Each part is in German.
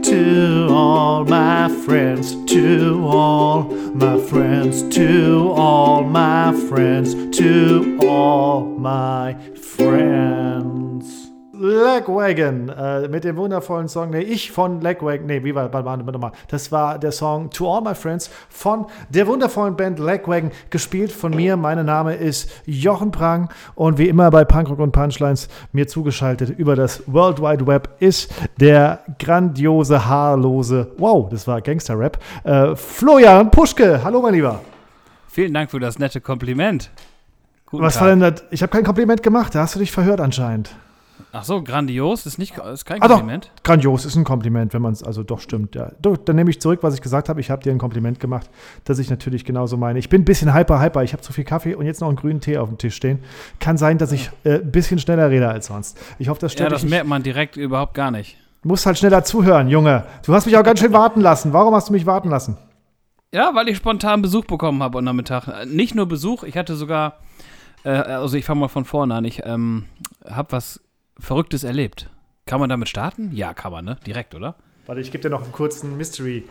To all my friends, to all my friends, to all my friends, to all my friends. Lagwagon mit dem wundervollen Song, ich von Lagwagon, warte mal, das war der Song To All My Friends von der wundervollen Band Lagwagon, gespielt von mir. Mein Name ist Jochen Prang und wie immer bei Punkrock und Punchlines mir zugeschaltet über das World Wide Web ist der grandiose, haarlose, wow, das war Gangster-Rap, Florian Puschke. Hallo, mein Lieber. Vielen Dank für das nette Kompliment. Guten Was Tag. war denn das? Ich habe kein Kompliment gemacht, da hast du dich verhört anscheinend. Ach so, grandios ist kein Kompliment. Doch, grandios ist ein Kompliment, wenn man es, also doch stimmt, ja. Doch, dann nehme ich zurück, was ich gesagt habe. Ich habe dir ein Kompliment gemacht, das ich natürlich genauso meine. Ich bin ein bisschen hyper. Ich habe zu viel Kaffee und jetzt noch einen grünen Tee auf dem Tisch stehen. Kann sein, dass ich ein bisschen schneller rede als sonst. Ich hoffe, das stört dich nicht. Merkt man direkt überhaupt gar nicht. Du musst halt schneller zuhören, Junge. Du hast mich auch ganz schön warten lassen. Warum hast du mich warten lassen? Ja, weil ich spontan Besuch bekommen habe am Nachmittag. Nicht nur Besuch, ich hatte sogar, also ich fange mal von vorne an. Ich habe was Verrücktes erlebt. Kann man damit starten? Ja, kann man, ne? Direkt, oder? Warte, ich gebe dir noch einen kurzen Mystery.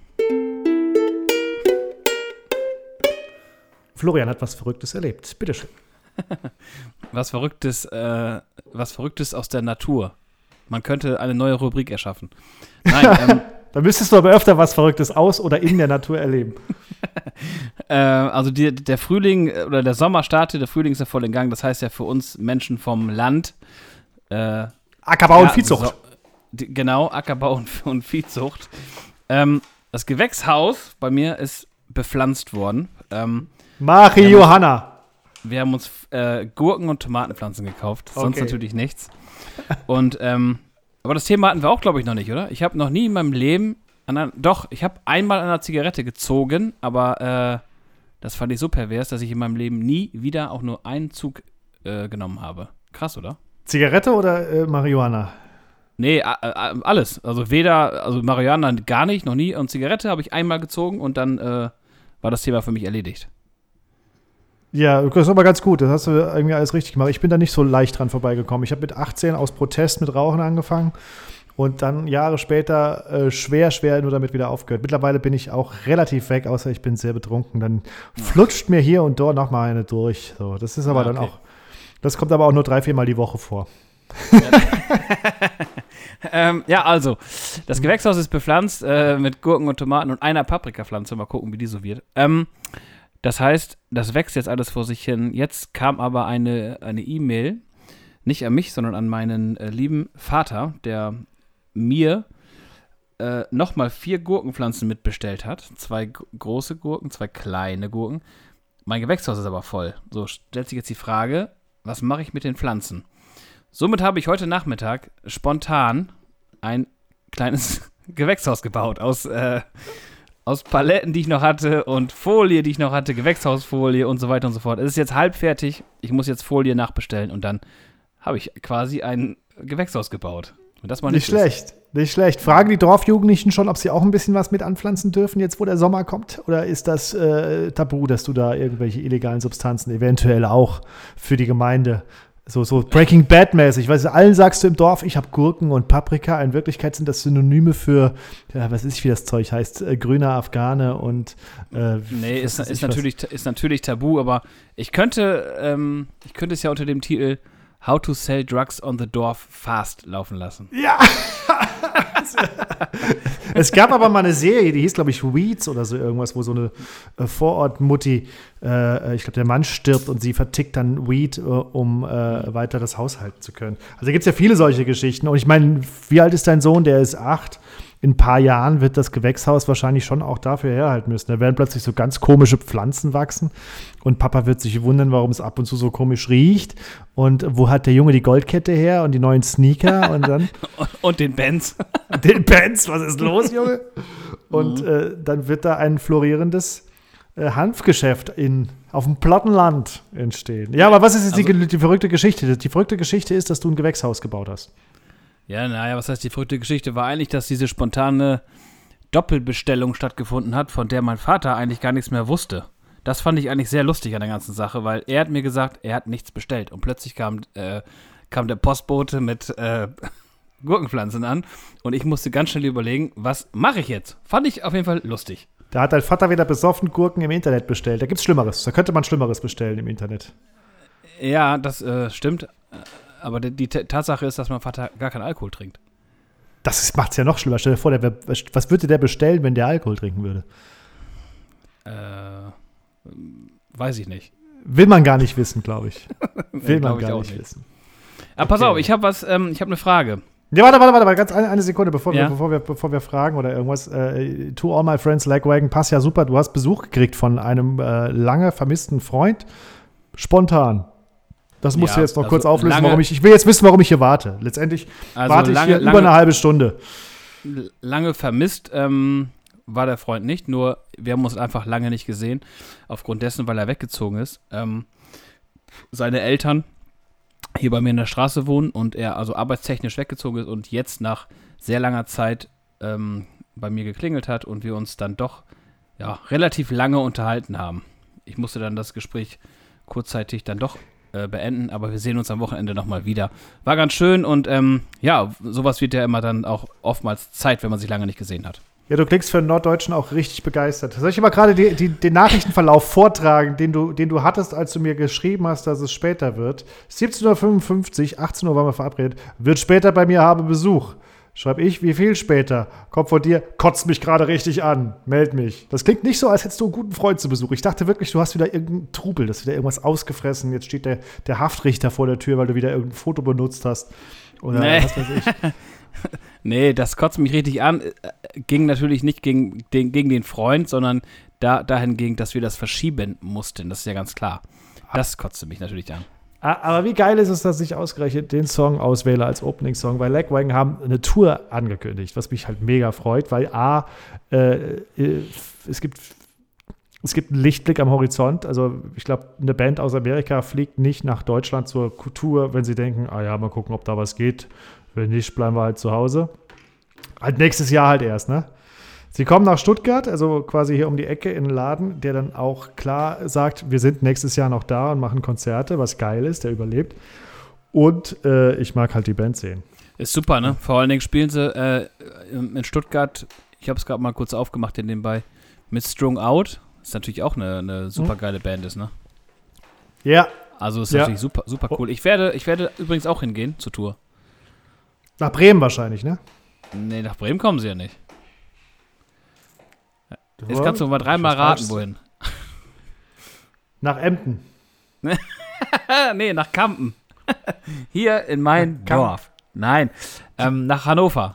Florian hat was Verrücktes erlebt. Bitteschön. Was Verrücktes aus der Natur. Man könnte eine neue Rubrik erschaffen. Nein, Da müsstest du aber öfter was Verrücktes aus oder in der Natur erleben. Also der Frühling oder der Sommer startet, der Frühling ist ja voll in Gang. Das heißt ja für uns Menschen vom Land Ackerbau und Viehzucht. Genau, Ackerbau und Viehzucht. Das Gewächshaus bei mir ist bepflanzt worden. Johanna. Wir haben uns Gurken- und Tomatenpflanzen gekauft. Sonst Okay. natürlich nichts. Und aber das Thema hatten wir auch, glaube ich, noch nicht, oder? Ich habe noch nie in meinem Leben ich habe einmal an einer Zigarette gezogen, aber das fand ich so pervers, dass ich in meinem Leben nie wieder auch nur einen Zug genommen habe. Krass, oder? Zigarette oder Marihuana? Nee, alles. Also Marihuana gar nicht, noch nie. Und Zigarette habe ich einmal gezogen und dann war das Thema für mich erledigt. Ja, das ist aber ganz gut. Das hast du irgendwie alles richtig gemacht. Ich bin da nicht so leicht dran vorbeigekommen. Ich habe mit 18 aus Protest mit Rauchen angefangen und dann Jahre später schwer nur damit wieder aufgehört. Mittlerweile bin ich auch relativ weg, außer ich bin sehr betrunken. Dann flutscht mir hier und dort noch mal eine durch. So, das ist aber dann auch, das kommt aber auch nur 3-4 Mal die Woche vor. Also, das Gewächshaus ist bepflanzt mit Gurken und Tomaten und einer Paprikapflanze. Mal gucken, wie die so wird. Das heißt, das wächst jetzt alles vor sich hin. Jetzt kam aber eine E-Mail, nicht an mich, sondern an meinen lieben Vater, der mir nochmal 4 Gurkenpflanzen mitbestellt hat. 2 große Gurken, 2 kleine Gurken. Mein Gewächshaus ist aber voll. So stellt sich jetzt die Frage, was mache ich mit den Pflanzen? Somit habe ich heute Nachmittag spontan ein kleines Gewächshaus gebaut aus Paletten, die ich noch hatte und Folie, die ich noch hatte, Gewächshausfolie und so weiter und so fort. Es ist jetzt halb fertig. Ich muss jetzt Folie nachbestellen und dann habe ich quasi ein Gewächshaus gebaut. Und das war nicht schlecht. Nicht schlecht. Fragen die Dorfjugendlichen schon, ob sie auch ein bisschen was mit anpflanzen dürfen, jetzt wo der Sommer kommt? Oder ist das tabu, dass du da irgendwelche illegalen Substanzen eventuell auch für die Gemeinde so Breaking Bad-mäßig, weißt du, allen sagst du im Dorf, ich habe Gurken und Paprika, in Wirklichkeit sind das Synonyme für, ja, was ist, wie das Zeug heißt, grüner Afghane und nee, ist natürlich tabu, aber ich könnte es ja unter dem Titel How to Sell Drugs on the Dorf Fast laufen lassen. Ja! Es gab aber mal eine Serie, die hieß, glaube ich, Weeds oder so irgendwas, wo so eine Vorortmutti, ich glaube, der Mann stirbt und sie vertickt dann Weed, um weiter das Haus halten zu können. Also gibt es ja viele solche Geschichten. Und ich meine, wie alt ist dein Sohn? Der ist 8. In ein paar Jahren wird das Gewächshaus wahrscheinlich schon auch dafür herhalten müssen. Da werden plötzlich so ganz komische Pflanzen wachsen und Papa wird sich wundern, warum es ab und zu so komisch riecht und wo hat der Junge die Goldkette her und die neuen Sneaker und dann und den Benz. Den Benz, was ist los, Junge? Und dann wird da ein florierendes Hanfgeschäft auf dem Plattenland entstehen. Ja, aber was ist jetzt die verrückte Geschichte? Die verrückte Geschichte ist, dass du ein Gewächshaus gebaut hast. Ja, naja, was heißt die verrückte Geschichte? War eigentlich, dass diese spontane Doppelbestellung stattgefunden hat, von der mein Vater eigentlich gar nichts mehr wusste. Das fand ich eigentlich sehr lustig an der ganzen Sache, weil er hat mir gesagt, er hat nichts bestellt. Und plötzlich kam der Postbote mit Gurkenpflanzen an und ich musste ganz schnell überlegen, was mache ich jetzt? Fand ich auf jeden Fall lustig. Da hat dein Vater wieder besoffen Gurken im Internet bestellt. Da gibt's Schlimmeres. Da könnte man Schlimmeres bestellen im Internet. Ja, das stimmt. Aber die Tatsache ist, dass mein Vater gar keinen Alkohol trinkt. Das macht's ja noch schlimmer. Stell dir vor, was würde der bestellen, wenn der Alkohol trinken würde? Weiß ich nicht. Will man gar nicht wissen, glaube ich. Will man glaub ich gar auch nicht nicht. wissen. Aber pass auf, ich habe eine Frage. Ja, warte, ganz eine Sekunde, bevor Ja? wir fragen oder irgendwas. To all my friends, Lagwagon, passt ja super. Du hast Besuch gekriegt von einem lange vermissten Freund. Spontan. Das musst du jetzt noch kurz auflösen, ich will jetzt wissen, warum ich hier warte. Letztendlich warte ich hier über eine halbe Stunde. Lange vermisst war der Freund nicht, nur wir haben uns einfach lange nicht gesehen, aufgrund dessen, weil er weggezogen ist. Seine Eltern hier bei mir in der Straße wohnen und er also arbeitstechnisch weggezogen ist und jetzt nach sehr langer Zeit bei mir geklingelt hat und wir uns dann doch relativ lange unterhalten haben. Ich musste dann das Gespräch kurzzeitig dann doch beenden, aber wir sehen uns am Wochenende nochmal wieder. War ganz schön und sowas wird ja immer dann auch oftmals Zeit, wenn man sich lange nicht gesehen hat. Ja, du klingst für einen Norddeutschen auch richtig begeistert. Soll ich mal gerade den Nachrichtenverlauf vortragen, den du hattest, als du mir geschrieben hast, dass es später wird? 17:55 Uhr, 18 Uhr waren wir verabredet. Wird später bei mir, habe Besuch. Schreib ich, wie viel später? Kommt von dir, kotzt mich gerade richtig an. Meld mich. Das klingt nicht so, als hättest du einen guten Freund zu Besuch. Ich dachte wirklich, du hast wieder irgendeinen Trubel, dass wieder irgendwas ausgefressen. Jetzt steht der Haftrichter vor der Tür, weil du wieder irgendein Foto benutzt hast. Oder was weiß ich. Nee, das kotzt mich richtig an. Ging natürlich nicht gegen den Freund, sondern dahingegen, dass wir das verschieben mussten. Das ist ja ganz klar. Das kotzte mich natürlich an. Aber wie geil ist es, dass ich ausgerechnet den Song auswähle als Opening-Song, weil Lagwagon haben eine Tour angekündigt, was mich halt mega freut, weil es gibt einen Lichtblick am Horizont. Also ich glaube, eine Band aus Amerika fliegt nicht nach Deutschland zur Tour, wenn sie denken, mal gucken, ob da was geht. Wenn nicht, bleiben wir halt zu Hause. Halt nächstes Jahr halt erst, ne? Sie kommen nach Stuttgart, also quasi hier um die Ecke in einen Laden, der dann auch klar sagt, wir sind nächstes Jahr noch da und machen Konzerte, was geil ist, der überlebt. Und ich mag halt die Band sehen. Ist super, ne? Vor allen Dingen spielen sie in Stuttgart, ich habe es gerade mal kurz aufgemacht in nebenbei, mit Strung Out. Ist natürlich auch eine super geile Band ist, ne? Ja. Also ist natürlich super, super cool. Ich werde übrigens auch hingehen zur Tour. Nach Bremen wahrscheinlich, ne? Nee, nach Bremen kommen sie ja nicht. Jetzt kannst du mal dreimal raten, wohin. Nach Emden. Nee, nach Kampen. Hier in mein Dorf. Nein, nach Hannover.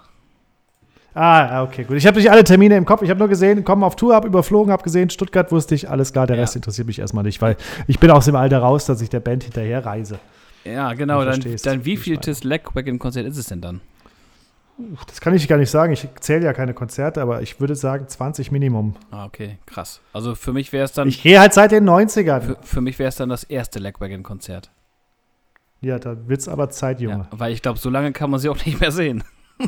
Okay, gut. Ich habe nicht alle Termine im Kopf. Ich habe nur gesehen, kommen auf Tour, habe überflogen, habe gesehen, Stuttgart wusste ich, alles klar, der Rest interessiert mich erstmal nicht, weil ich bin aus dem Alter raus, dass ich der Band hinterher reise. Ja, genau. Dann wie viel Lagwagon-Konzert ist es denn dann? Das kann ich gar nicht sagen. Ich zähle ja keine Konzerte, aber ich würde sagen 20 Minimum. Okay, krass. Also für mich wäre es dann... Ich gehe halt seit den 90ern. Für mich wäre es dann das erste Lagwagon-Konzert. Ja, da wird's aber Zeit, Junge. Ja, weil ich glaube, so lange kann man sie auch nicht mehr sehen.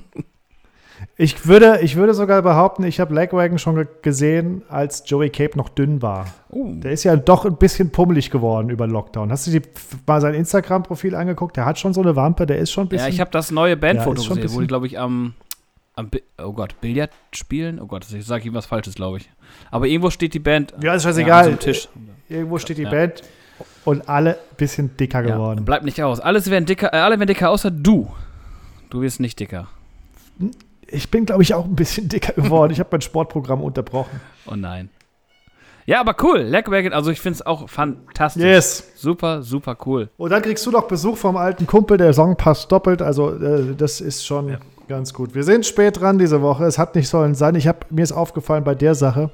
Ich würde sogar behaupten, ich habe Lagwagon schon gesehen, als Joey Cape noch dünn war. Der ist ja doch ein bisschen pummelig geworden über Lockdown. Hast du mal sein Instagram-Profil angeguckt? Der hat schon so eine Wampe, der ist schon ein bisschen... Ja, ich habe das neue Bandfoto gesehen, wo die, glaube ich, Billard spielen. Oh Gott, ich sage ihm was Falsches, glaube ich. Aber irgendwo steht die Band ist scheißegal. An so einem Tisch. Irgendwo steht die Band und alle ein bisschen dicker geworden. Bleibt nicht aus. Alle werden dicker, außer du. Du wirst nicht dicker. Ich bin, glaube ich, auch ein bisschen dicker geworden. Ich habe mein Sportprogramm unterbrochen. Oh nein. Ja, aber cool. Lagwagon, also ich finde es auch fantastisch. Yes. Super, super cool. Und dann kriegst du noch Besuch vom alten Kumpel. Der Song passt doppelt. Also das ist schon ganz gut. Wir sind spät dran diese Woche. Es hat nicht sollen sein. Mir ist aufgefallen bei der Sache,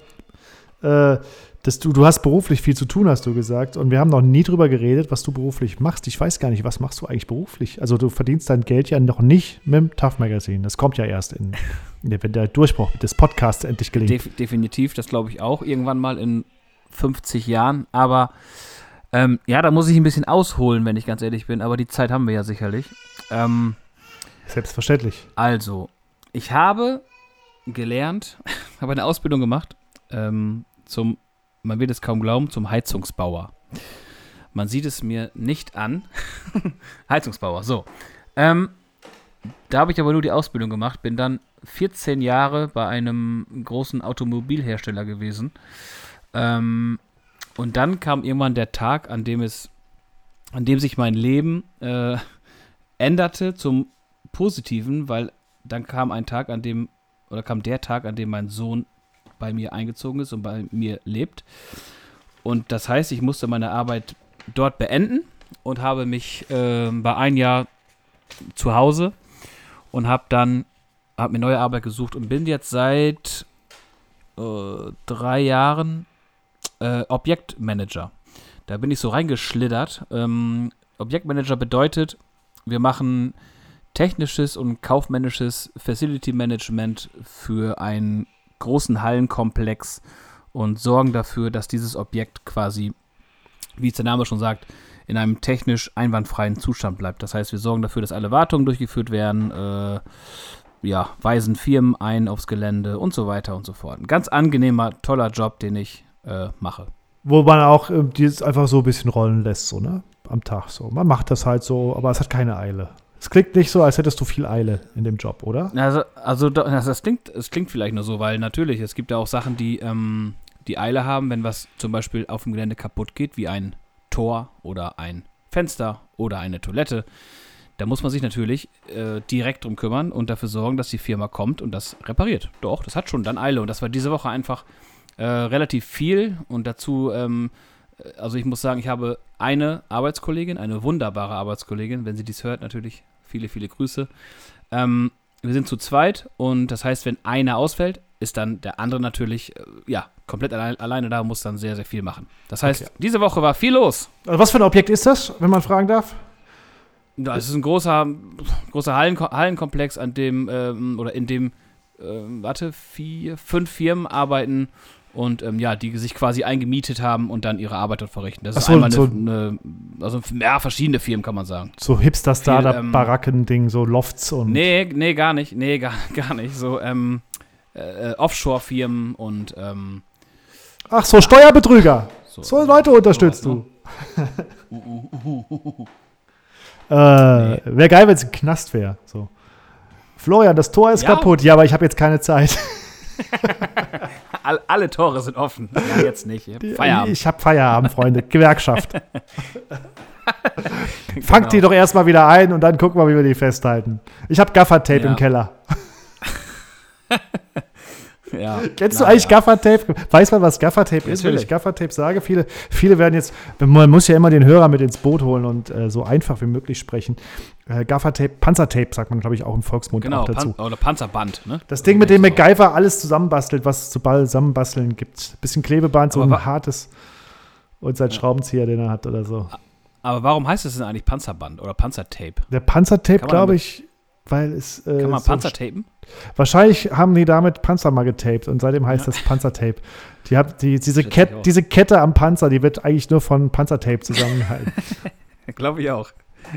dass du hast beruflich viel zu tun, hast du gesagt. Und wir haben noch nie drüber geredet, was du beruflich machst. Ich weiß gar nicht, was machst du eigentlich beruflich? Also du verdienst dein Geld ja noch nicht mit dem Tough Magazine. Das kommt ja erst wenn der Durchbruch des Podcasts endlich gelingt. Definitiv, das glaube ich auch. Irgendwann mal in 50 Jahren. Aber da muss ich ein bisschen ausholen, wenn ich ganz ehrlich bin. Aber die Zeit haben wir ja sicherlich. Selbstverständlich. Also, ich habe gelernt, habe eine Ausbildung gemacht man wird es kaum glauben, zum Heizungsbauer. Man sieht es mir nicht an. Heizungsbauer, so. Da habe ich aber nur die Ausbildung gemacht, bin dann 14 Jahre bei einem großen Automobilhersteller gewesen. Und dann kam irgendwann der Tag, an dem sich mein Leben änderte zum Positiven, weil dann kam der Tag, an dem mein Sohn bei mir eingezogen ist und bei mir lebt. Und das heißt, ich musste meine Arbeit dort beenden und habe mich bei ein Jahr zu Hause und habe mir neue Arbeit gesucht und bin jetzt seit 3 Jahren Objektmanager. Da bin ich so reingeschlittert. Objektmanager bedeutet, wir machen technisches und kaufmännisches Facility Management für einen großen Hallenkomplex und sorgen dafür, dass dieses Objekt quasi, wie es der Name schon sagt, in einem technisch einwandfreien Zustand bleibt. Das heißt, wir sorgen dafür, dass alle Wartungen durchgeführt werden, weisen Firmen ein aufs Gelände und so weiter und so fort. Ein ganz angenehmer, toller Job, den ich mache. Wo man auch dieses einfach so ein bisschen rollen lässt, so, ne? Am Tag so. Man macht das halt so, aber es hat keine Eile. Es klingt nicht so, als hättest du viel Eile in dem Job, oder? Es klingt vielleicht nur so, weil natürlich, es gibt ja auch Sachen, die Eile haben, wenn was zum Beispiel auf dem Gelände kaputt geht, wie ein Tor oder ein Fenster oder eine Toilette. Da muss man sich natürlich direkt drum kümmern und dafür sorgen, dass die Firma kommt und das repariert. Doch, das hat schon dann Eile und das war diese Woche einfach relativ viel und dazu, also ich muss sagen, ich habe eine Arbeitskollegin, eine wunderbare Arbeitskollegin, wenn sie dies hört, natürlich viele, viele Grüße. Wir sind zu zweit und das heißt, wenn einer ausfällt, ist dann der andere natürlich, komplett alleine da, muss dann sehr, sehr viel machen. Das heißt, Diese Woche war viel los. Also was für ein Objekt ist das, wenn man fragen darf? Das ist ein großer Hallenkomplex, in dem 5 Firmen arbeiten und die sich quasi eingemietet haben und dann ihre Arbeit dort verrichten. Das ist einmal verschiedene Firmen, kann man sagen. So Hipster-Startup-Baracken-Ding, so Lofts und... Nee, gar nicht. Nee, gar nicht. So Offshore-Firmen und Ach so, Steuerbetrüger. So Leute unterstützt du. Wäre geil, wenn es ein Knast wäre. So. Florian, das Tor ist kaputt. Ja, aber ich habe jetzt keine Zeit. Alle Tore sind offen. Ja, jetzt nicht. Feierabend. Ich habe Feierabend, Freunde. Gewerkschaft. Fangt die doch erstmal wieder ein und dann gucken wir, wie wir die festhalten. Ich habe Gaffertape im Keller. Kennst du eigentlich Gaffertape? Weiß man, was Gaffertape ist, wenn ich Gaffertape sage? Viele werden jetzt, man muss ja immer den Hörer mit ins Boot holen und so einfach wie möglich sprechen. Gaffertape, Panzertape sagt man, glaube ich, auch im Volksmund auch dazu. Oder Panzerband, ne? Das Ding, mit dem MacGyver alles zusammenbastelt, was es zu zusammenbasteln gibt. Bisschen Klebeband, so ein hartes und sein Schraubenzieher, den er hat oder so. Aber warum heißt es denn eigentlich Panzerband oder Panzertape? Der Panzertape, glaube ich, weil es kann man Panzer tapen? Wahrscheinlich haben die damit Panzer mal getaped und seitdem heißt das Panzertape. Diese Kette am Panzer, die wird eigentlich nur von Panzertape zusammengehalten. Glaube ich auch.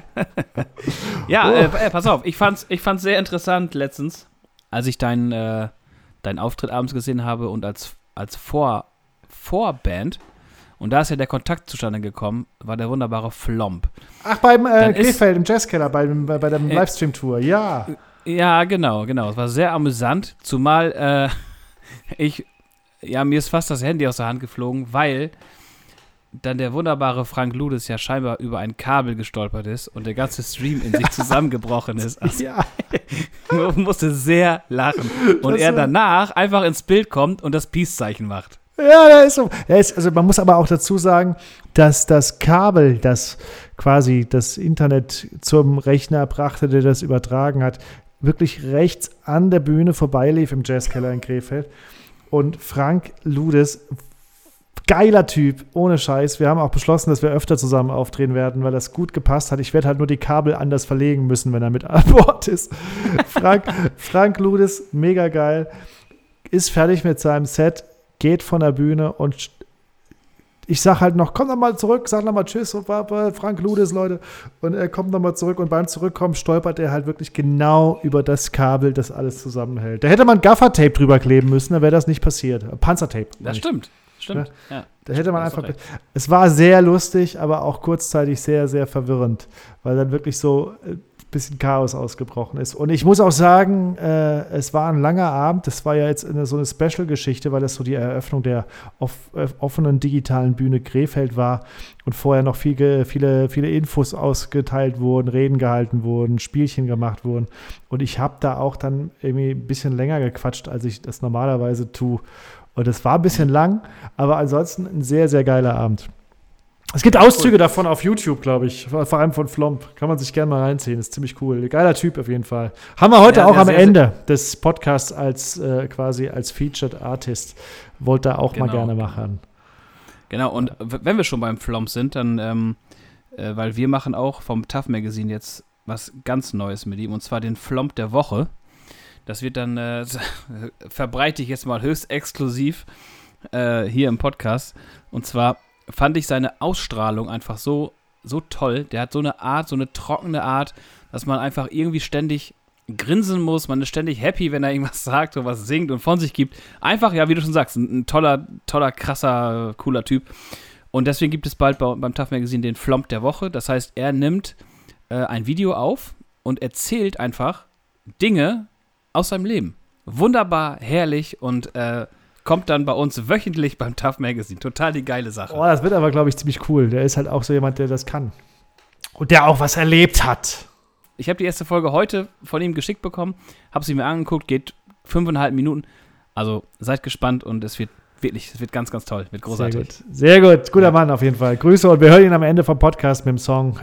Pass auf, ich fand's sehr interessant letztens, als ich deinen Auftritt abends gesehen habe und als Vorband. Und da ist ja der Kontakt zustande gekommen, war der wunderbare Flomp. Ach, beim Krefeld im Jazzkeller, bei der Livestream-Tour, ja. Ja, genau. Es war sehr amüsant, zumal mir ist fast das Handy aus der Hand geflogen, weil dann der wunderbare Frank Ludes ja scheinbar über ein Kabel gestolpert ist und der ganze Stream in sich zusammengebrochen ist. Also, ich musste sehr lachen. Und er danach einfach ins Bild kommt und das Peace-Zeichen macht. Ja, da ist so. Also man muss aber auch dazu sagen, dass das Kabel, das quasi das Internet zum Rechner brachte, der das übertragen hat, wirklich rechts an der Bühne vorbeilief im Jazzkeller in Krefeld. Und Frank Ludes, geiler Typ, ohne Scheiß. Wir haben auch beschlossen, dass wir öfter zusammen auftreten werden, weil das gut gepasst hat. Ich werde halt nur die Kabel anders verlegen müssen, wenn er mit an Bord ist. Frank Ludes, mega geil, ist fertig mit seinem Set, geht von der Bühne und ich sag halt noch, komm doch mal zurück, sag noch mal Tschüss, Frank Ludes, Leute. Und er kommt noch mal zurück und beim Zurückkommen stolpert er halt wirklich genau über das Kabel, das alles zusammenhält. Da hätte man Gaffertape drüber kleben müssen, dann wäre das nicht passiert. Panzertape. Das stimmt. Ja. Da hätte man einfach. Es war sehr lustig, aber auch kurzzeitig sehr, sehr verwirrend, weil dann wirklich so bisschen Chaos ausgebrochen ist. Und ich muss auch sagen, es war ein langer Abend. Das war ja jetzt so eine Special-Geschichte, weil das so die Eröffnung der offenen digitalen Bühne Krefeld war und vorher noch viele Infos ausgeteilt wurden, Reden gehalten wurden, Spielchen gemacht wurden. Und ich habe da auch dann irgendwie ein bisschen länger gequatscht, als ich das normalerweise tue. Und es war ein bisschen lang, aber ansonsten ein sehr, sehr geiler Abend. Es gibt Auszüge davon auf YouTube, glaube ich, vor allem von Flomp. Kann man sich gerne mal reinziehen, ist ziemlich cool. Geiler Typ auf jeden Fall. Haben wir heute auch am Ende des Podcasts quasi als Featured Artist. Wollte er auch mal gerne machen. Genau, und wenn wir schon beim Flomp sind, dann, weil wir machen auch vom TAF Magazine jetzt was ganz Neues mit ihm, und zwar den Flomp der Woche. Das wird dann, verbreite ich jetzt mal höchst exklusiv hier im Podcast. Und zwar fand ich seine Ausstrahlung einfach so toll. Der hat so eine Art, so eine trockene Art, dass man einfach irgendwie ständig grinsen muss. Man ist ständig happy, wenn er irgendwas sagt, so was singt und von sich gibt. Einfach, ja, wie du schon sagst, ein toller, krasser, cooler Typ. Und deswegen gibt es bald beim TAF Magazine den Flomp der Woche. Das heißt, er nimmt ein Video auf und erzählt einfach Dinge aus seinem Leben. Wunderbar, herrlich und kommt dann bei uns wöchentlich beim TAF Magazine. Total die geile Sache. Oh, das wird aber, glaube ich, ziemlich cool. Der ist halt auch so jemand, der das kann. Und der auch was erlebt hat. Ich habe die erste Folge heute von ihm geschickt bekommen, habe sie mir angeguckt, geht 5,5 Minuten. Also seid gespannt und es wird ganz, ganz toll, wird großartig. Sehr gut. Guter Mann auf jeden Fall. Grüße und wir hören ihn am Ende vom Podcast mit dem Song,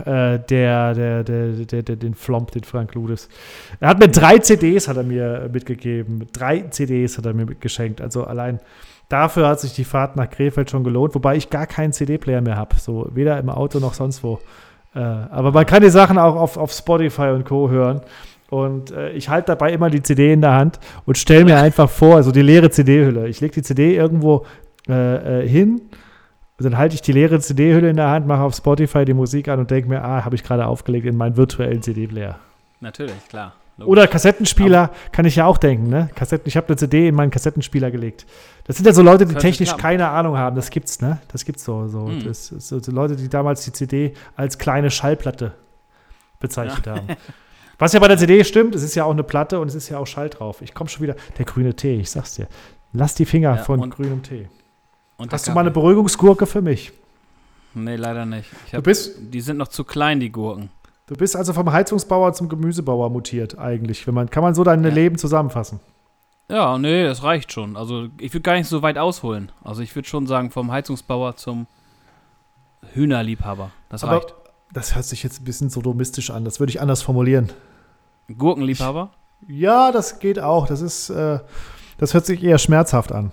den Flomp, den Frank Ludes. Er hat mir 3 CDs hat er mir mitgegeben. 3 CDs hat er mir mitgeschenkt. Also allein dafür hat sich die Fahrt nach Krefeld schon gelohnt, wobei ich gar keinen CD-Player mehr habe. So weder im Auto noch sonst wo. Aber man kann die Sachen auch auf Spotify und Co. hören. Und ich halte dabei immer die CD in der Hand und stelle mir einfach vor, also die leere CD-Hülle. Ich lege die CD irgendwo hin, dann halte ich die leere CD-Hülle in der Hand, mache auf Spotify die Musik an und denke mir, habe ich gerade aufgelegt in meinen virtuellen CD-Player. Natürlich, klar. Logisch. Oder Kassettenspieler, kann ich ja auch denken, ne? Ich habe eine CD in meinen Kassettenspieler gelegt. Das sind ja so Leute, die technisch keine Ahnung haben. Das gibt's, ne? Das gibt's so. Das ist so Leute, die damals die CD als kleine Schallplatte bezeichnet haben. Was ja bei der CD stimmt, es ist ja auch eine Platte und es ist ja auch Schall drauf. Ich komme schon wieder, der grüne Tee, ich sag's dir. Lass die Finger von grünem Tee. Hast du mal eine Beruhigungsgurke für mich? Nee, leider nicht. Die sind noch zu klein, die Gurken. Du bist also vom Heizungsbauer zum Gemüsebauer mutiert eigentlich. Kann man so dein Leben zusammenfassen? Ja, nee, das reicht schon. Also ich würde gar nicht so weit ausholen. Also ich würde schon sagen, vom Heizungsbauer zum Hühnerliebhaber. Das reicht. Das hört sich jetzt ein bisschen sodomistisch an. Das würde ich anders formulieren. Gurkenliebhaber? Ja, das geht auch. Das hört sich eher schmerzhaft an.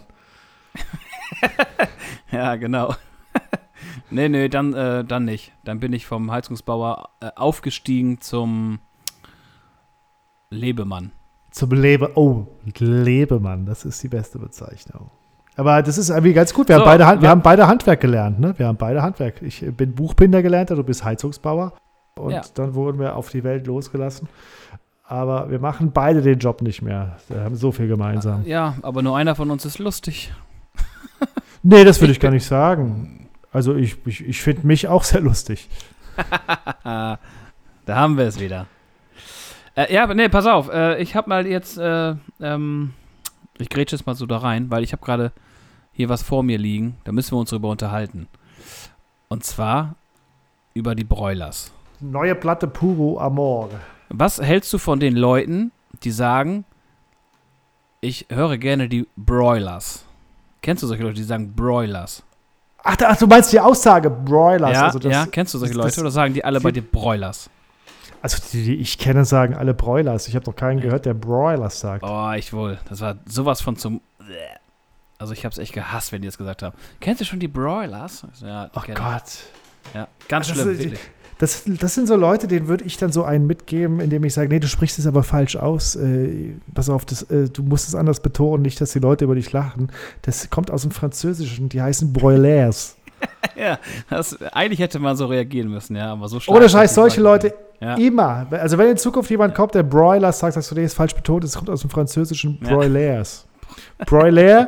Ja, genau. Nee, dann nicht. Dann bin ich vom Heizungsbauer aufgestiegen zum Lebemann. Lebemann, das ist die beste Bezeichnung. Aber das ist irgendwie ganz gut. Wir haben beide Handwerk gelernt, ne? Wir haben beide Handwerk. Ich bin Buchbinder gelernt, du bist Heizungsbauer. Und dann wurden wir auf die Welt losgelassen. Aber wir machen beide den Job nicht mehr. Wir haben so viel gemeinsam. Ja, aber nur einer von uns ist lustig. Nee, das würde ich gar nicht sagen. Also ich finde mich auch sehr lustig. Da haben wir es wieder. Pass auf. Ich habe mal jetzt, ich grätsche jetzt mal so da rein, weil ich habe gerade hier was vor mir liegen. Da müssen wir uns drüber unterhalten. Und zwar über die Broilers. Neue Platte Puro Amor. Was hältst du von den Leuten, die sagen, ich höre gerne die Broilers? Kennst du solche Leute, die sagen Broilers? Ach, du meinst die Aussage Broilers? Ja, also kennst du solche Leute oder sagen die alle bei dir Broilers? Also die ich kenne, sagen alle Broilers. Ich habe noch keinen gehört, der Broilers sagt. Oh, ich wohl. Das war sowas von zum... Also ich habe es echt gehasst, wenn die das gesagt haben. Kennst du schon die Broilers? Ja, oh Gott. Ja, ganz schlimm, wirklich. Das sind so Leute, denen würde ich dann so einen mitgeben, indem ich sage, nee, du sprichst es aber falsch aus. Pass auf, du musst es anders betonen, nicht, dass die Leute über dich lachen. Das kommt aus dem Französischen, die heißen Broilers. Ja, eigentlich hätte man so reagieren müssen, ja, aber so stark. Ohne Scheiß, solche Leute immer. Also wenn in Zukunft jemand kommt, der Broilers sagt, sagst du, nee, ist falsch betont, es kommt aus dem Französischen Broilers. Ja. Broiler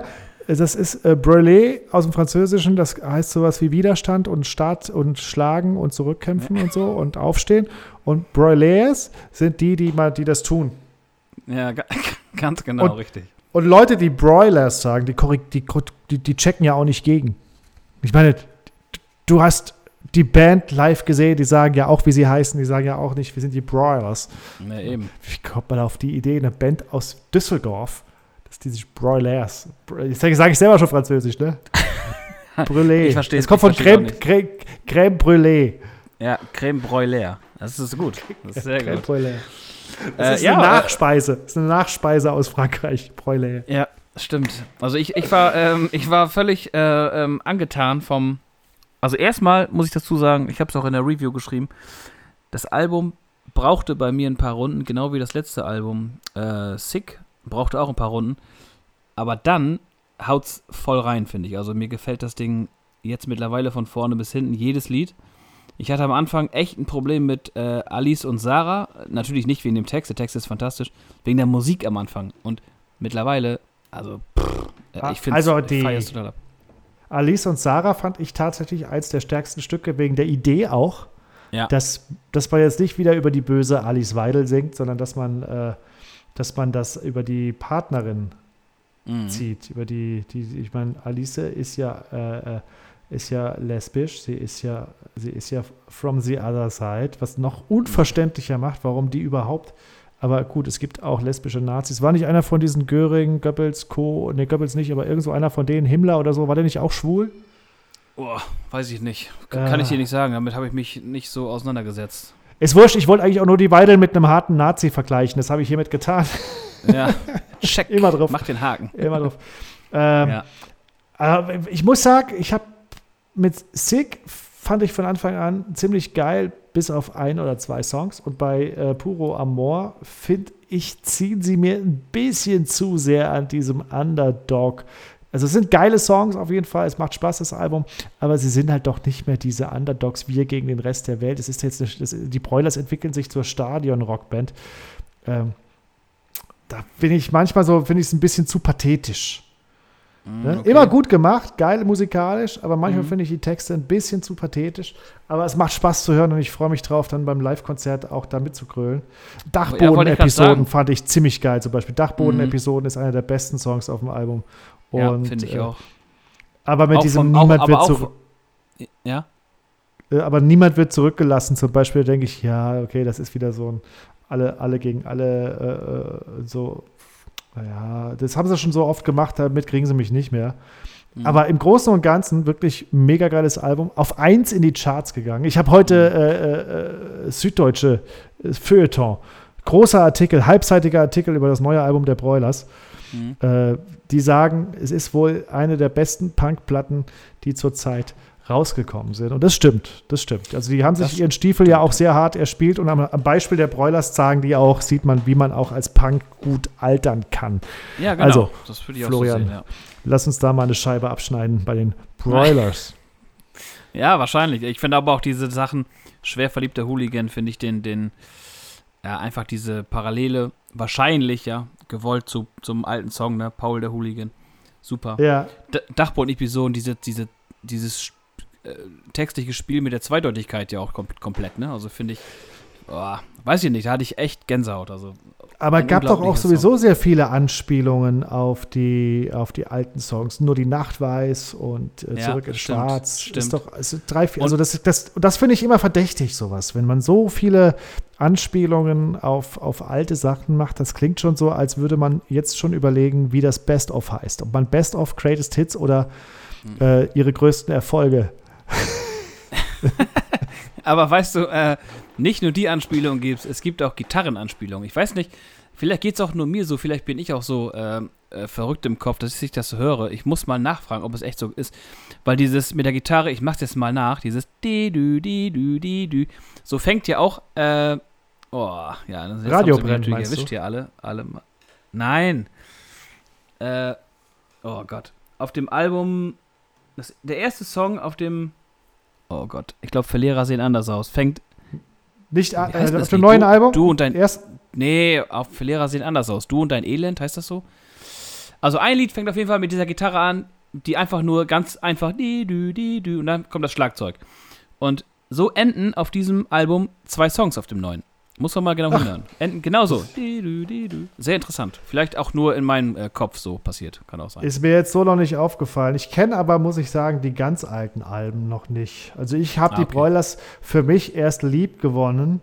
Das ist Brûlé aus dem Französischen, das heißt sowas wie Widerstand und Start und Schlagen und Zurückkämpfen und so und Aufstehen. Und Broilers sind die das tun. Ja, ganz genau, richtig. Und Leute, die Broilers sagen, die checken ja auch nicht gegen. Ich meine, du hast die Band live gesehen, die sagen ja auch, wie sie heißen, die sagen ja auch nicht, wir sind die Broilers. Ja, eben. Wie kommt man auf die Idee, eine Band aus Düsseldorf, dass die sich Broilers, jetzt sage ich selber schon Französisch, ne? Brûlé. Ich verstehe es. Es kommt von Crème Brûlée. Ja, Crème Brûlée. Das ist gut. Das ist sehr Crème gut. Brûlée. Das ist eine Nachspeise. Das ist eine Nachspeise aus Frankreich, Brûlée. Ja, stimmt. Also ich war völlig angetan vom. Also erstmal muss ich dazu sagen, ich habe es auch in der Review geschrieben, das Album brauchte bei mir ein paar Runden, genau wie das letzte Album. Sick brauchte auch ein paar Runden. Aber dann haut's voll rein, finde ich. Also mir gefällt das Ding jetzt mittlerweile von vorne bis hinten, jedes Lied. Ich hatte am Anfang echt ein Problem mit Alice und Sarah. Natürlich nicht wegen dem Text, der Text ist fantastisch. Wegen der Musik am Anfang. Und mittlerweile, also, ich finde es total ab. Alice und Sarah fand ich tatsächlich eins der stärksten Stücke, wegen der Idee auch. Ja. Dass man jetzt nicht wieder über die böse Alice Weidel singt, sondern dass man das über die Partnerin zieht. Über die ich meine, Alice ist ja lesbisch, sie ist ja from the other side, was noch unverständlicher macht, warum die überhaupt, aber gut, es gibt auch lesbische Nazis. War nicht einer von diesen Göring, Goebbels, Goebbels nicht, aber irgend so einer von denen, Himmler oder so, war der nicht auch schwul? Oh, weiß ich nicht. Kann ich dir nicht sagen, damit habe ich mich nicht so auseinandergesetzt. Ist wurscht, ich wollte eigentlich auch nur die Weidel mit einem harten Nazi vergleichen, das habe ich hiermit getan. Ja, check. Immer drauf. Mach den Haken. Immer drauf. Ich muss sagen, ich habe mit Sick fand ich von Anfang an ziemlich geil, bis auf 1 oder 2 Songs. Und bei Puro Amor, finde ich, ziehen sie mir ein bisschen zu sehr an diesem Underdog. Also es sind geile Songs auf jeden Fall, es macht Spaß, das Album, aber sie sind halt doch nicht mehr diese Underdogs, wir gegen den Rest der Welt. Es ist jetzt die Broilers entwickeln sich zur Stadion-Rockband. Da bin ich manchmal so, finde ich es ein bisschen zu pathetisch. Ne? Okay. Immer gut gemacht, geil musikalisch, aber manchmal finde ich die Texte ein bisschen zu pathetisch. Aber es macht Spaß zu hören und ich freue mich drauf, dann beim Live-Konzert auch da mitzugrölen. Dachboden-Episoden fand ich ziemlich geil. Zum Beispiel Dachboden-Episoden ist einer der besten Songs auf dem Album. Ja, finde ich auch. Aber mit diesem Niemand wird zurück. Ja. Aber niemand wird zurückgelassen. Zum Beispiel denke ich, ja, okay, das ist wieder so ein alle gegen alle so. Naja, das haben sie schon so oft gemacht, damit kriegen sie mich nicht mehr. Aber im Großen und Ganzen wirklich mega geiles Album. Auf 1 in die Charts gegangen. Ich habe heute Süddeutsche Feuilleton. Großer Artikel, halbseitiger Artikel über das neue Album der Broilers. Die sagen, es ist wohl eine der besten Punkplatten, die zurzeit rausgekommen sind. Und das stimmt. Also die haben sich ihren Stiefel ja auch sehr hart erspielt und am Beispiel der Broilers sagen die auch, sieht man, wie man auch als Punk gut altern kann. Ja, genau. Also, das würde ich Florian, auch so sehen, ja. Lass uns da mal eine Scheibe abschneiden bei den Broilers. Ja, wahrscheinlich. Ich finde aber auch diese Sachen, schwer verliebter Hooligan, finde ich einfach diese Parallele, wahrscheinlich, ja, gewollt zum alten Song, ne, Paul der Hooligan. Super. Ja. Dachboden-Episoden, dieses textliche Spiel mit der Zweideutigkeit ja auch komplett, ne? Also finde ich, weiß ich nicht, da hatte ich echt Gänsehaut. Also aber gab doch auch sowieso sehr viele Anspielungen auf die alten Songs. Nur die Nacht weiß und Zurück in Schwarz. Stimmt. Ist doch, es sind 3, 4. Also das finde ich immer verdächtig, sowas. Wenn man so viele Anspielungen auf alte Sachen macht, das klingt schon so, als würde man jetzt schon überlegen, wie das Best-of heißt. Ob man Best-of Greatest Hits oder ihre größten Erfolge. Aber weißt du, nicht nur die Anspielung gibt es gibt auch Gitarrenanspielungen. Ich weiß nicht, vielleicht geht es auch nur mir so, vielleicht bin ich auch so verrückt im Kopf, dass ich das so höre. Ich muss mal nachfragen, ob es echt so ist. Weil dieses mit der Gitarre, ich mach's jetzt mal nach, dieses di-du, so fängt ja auch, das Radio brennt, meinst du? Erwischt ihr alle mal. Nein. Oh Gott. Auf dem Album, der erste Song auf dem, oh Gott, ich glaube, Verlierer sehen anders aus. Fängt nicht auf dem neuen Album? Du und dein auf Verlierer sehen anders aus. Du und dein Elend, heißt das so? Also ein Lied fängt auf jeden Fall mit dieser Gitarre an, die einfach nur ganz einfach und dann kommt das Schlagzeug. Und so enden auf diesem Album 2 Songs auf dem neuen. Muss man mal genau hinhören. Enden genauso. Sehr interessant. Vielleicht auch nur in meinem Kopf so passiert. Kann auch sein. Ist mir jetzt so noch nicht aufgefallen. Ich kenne aber, muss ich sagen, die ganz alten Alben noch nicht. Also ich habe die Broilers für mich erst lieb gewonnen,